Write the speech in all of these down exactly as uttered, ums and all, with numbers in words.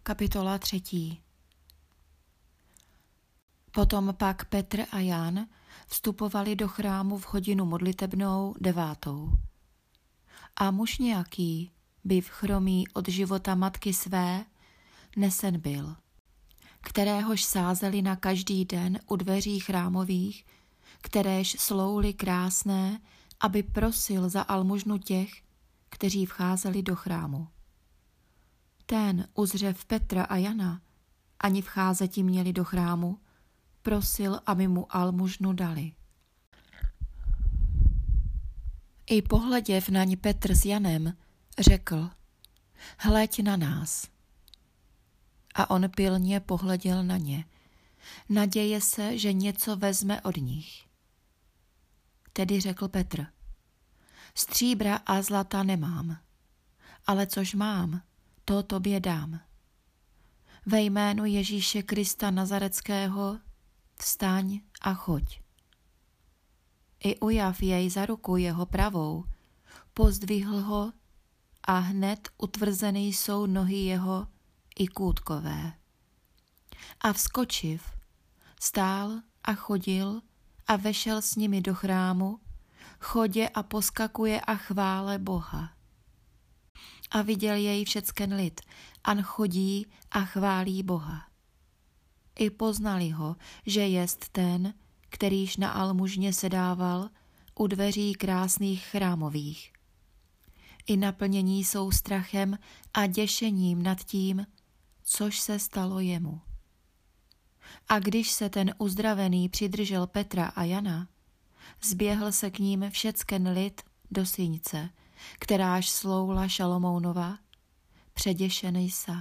Kapitola třetí. Potom pak Petr a Jan vstupovali do chrámu v hodinu modlitebnou devátou. A muž nějaký, byv chromý od života matky své, nesen byl, kteréhož sázeli na každý den u dveří chrámových, kteréž slouly krásné, aby prosil za almužnu těch, kteří vcházeli do chrámu. Ten, uzřev Petra a Jana, ani vcházeti měli do chrámu, prosil, aby mu almužnu dali. I pohleděv na ní Petr s Janem, řekl: Hleď na nás. A on pilně pohleděl na ně. Naděje se, že něco vezme od nich. Tedy řekl Petr: Stříbra a zlata nemám, ale což mám, to tobě dám. Ve jménu Ježíše Krista Nazareckého vstaň a choď. I ujav jej za ruku jeho pravou, pozdvihl ho a hned utvrzený jsou nohy jeho i kůtkové. A vskočiv, stál a chodil a vešel s nimi do chrámu, chodě a poskakuje a chvále Boha. A viděl jej všecken lid, an chodí a chválí Boha. I poznali ho, že jest ten, kterýž na almužně sedával u dveří krásných chrámových. I naplnění jsou strachem a děšením nad tím, což se stalo jemu. A když se ten uzdravený přidržel Petra a Jana, zběhl se k ním všecken lid do syňce, kteráž sloula Šalomounova, předěšenej sa.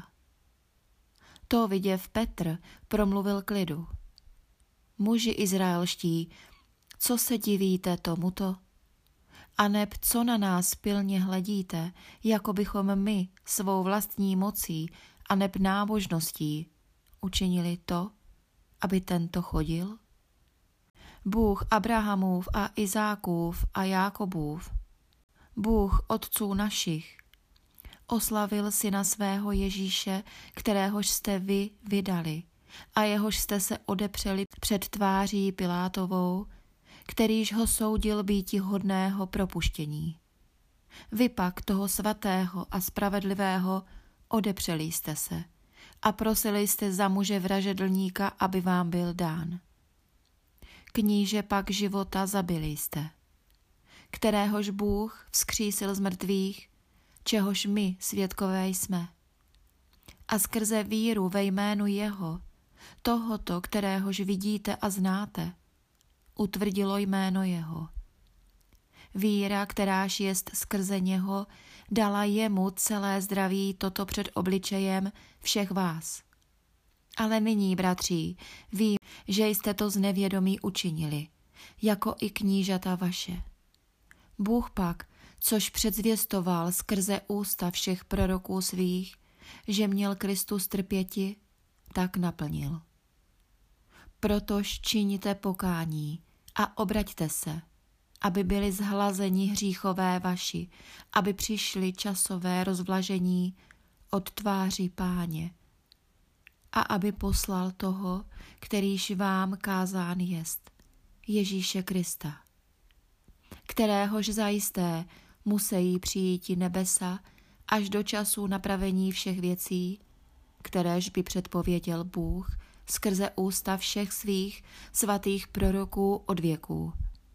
To viděv Petr promluvil k lidu: Muži izraelští, co se divíte tomuto? Aneb co na nás pilně hledíte, jako bychom my svou vlastní mocí aneb nábožností učinili to, aby tento chodil? Bůh Abrahamův a Izákův a Jákobův, Bůh otců našich, oslavil syna svého Ježíše, kteréhož jste vy vydali a jehož jste se odepřeli před tváří Pilátovou, kterýž ho soudil býti hodného propuštění. Vy pak toho svatého a spravedlivého odepřeli jste se a prosili jste za muže vražedlníka, aby vám byl dán. Kníže pak života zabili jste, kteréhož Bůh vzkřísil z mrtvých, čehož my svědkové jsme. A skrze víru ve jménu jeho, tohoto, kteréhož vidíte a znáte, utvrdilo jméno jeho. Víra, kteráž jest skrze něho, dala jemu celé zdraví toto před obličejem všech vás. Ale nyní, bratří, vím, že jste to z nevědomí učinili, jako i knížata vaše. Bůh pak, což předzvěstoval skrze ústa všech proroků svých, že měl Kristus trpěti, tak naplnil. Protož činíte pokání a obraťte se, aby byli zhlazeni hříchové vaši, aby přišli časové rozvlažení od tváří Páně a aby poslal toho, kterýž vám kázán jest, Ježíše Krista, kteréhož zajisté musejí přijít nebesa až do času napravení všech věcí, kteréž by předpověděl Bůh skrze ústa všech svých svatých proroků od věků.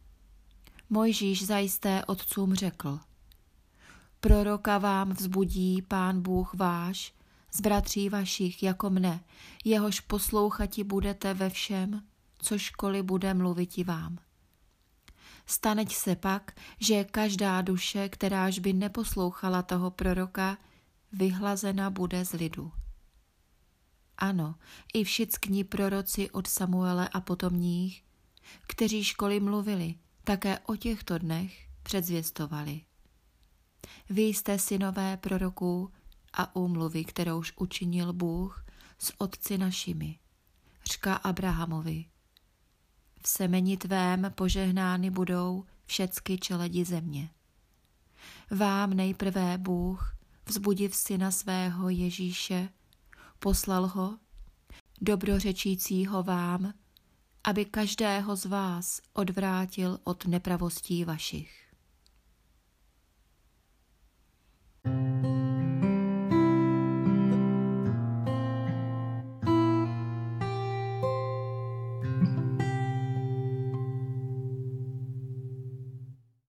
Mojžíš zajisté otcům řekl: Proroka vám vzbudí Pán Bůh váš z bratří vašich jako mne, jehož poslouchati budete ve všem, cožkoliv bude mluviti vám. Staneť se pak, že každá duše, kteráž by neposlouchala toho proroka, vyhlazena bude z lidu. Ano, i všichni proroci od Samuele a potomních, kteří školy mluvili, také o těchto dnech předzvěstovali. Vy jste synové proroků a úmluvy, kterouž učinil Bůh s otci našimi, řka Abrahamovi: V semeni tvém požehnány budou všecky čeledi země. Vám nejprve Bůh, vzbudiv syna svého Ježíše, poslal ho, dobrořečícího vám, aby každého z vás odvrátil od nepravostí vašich.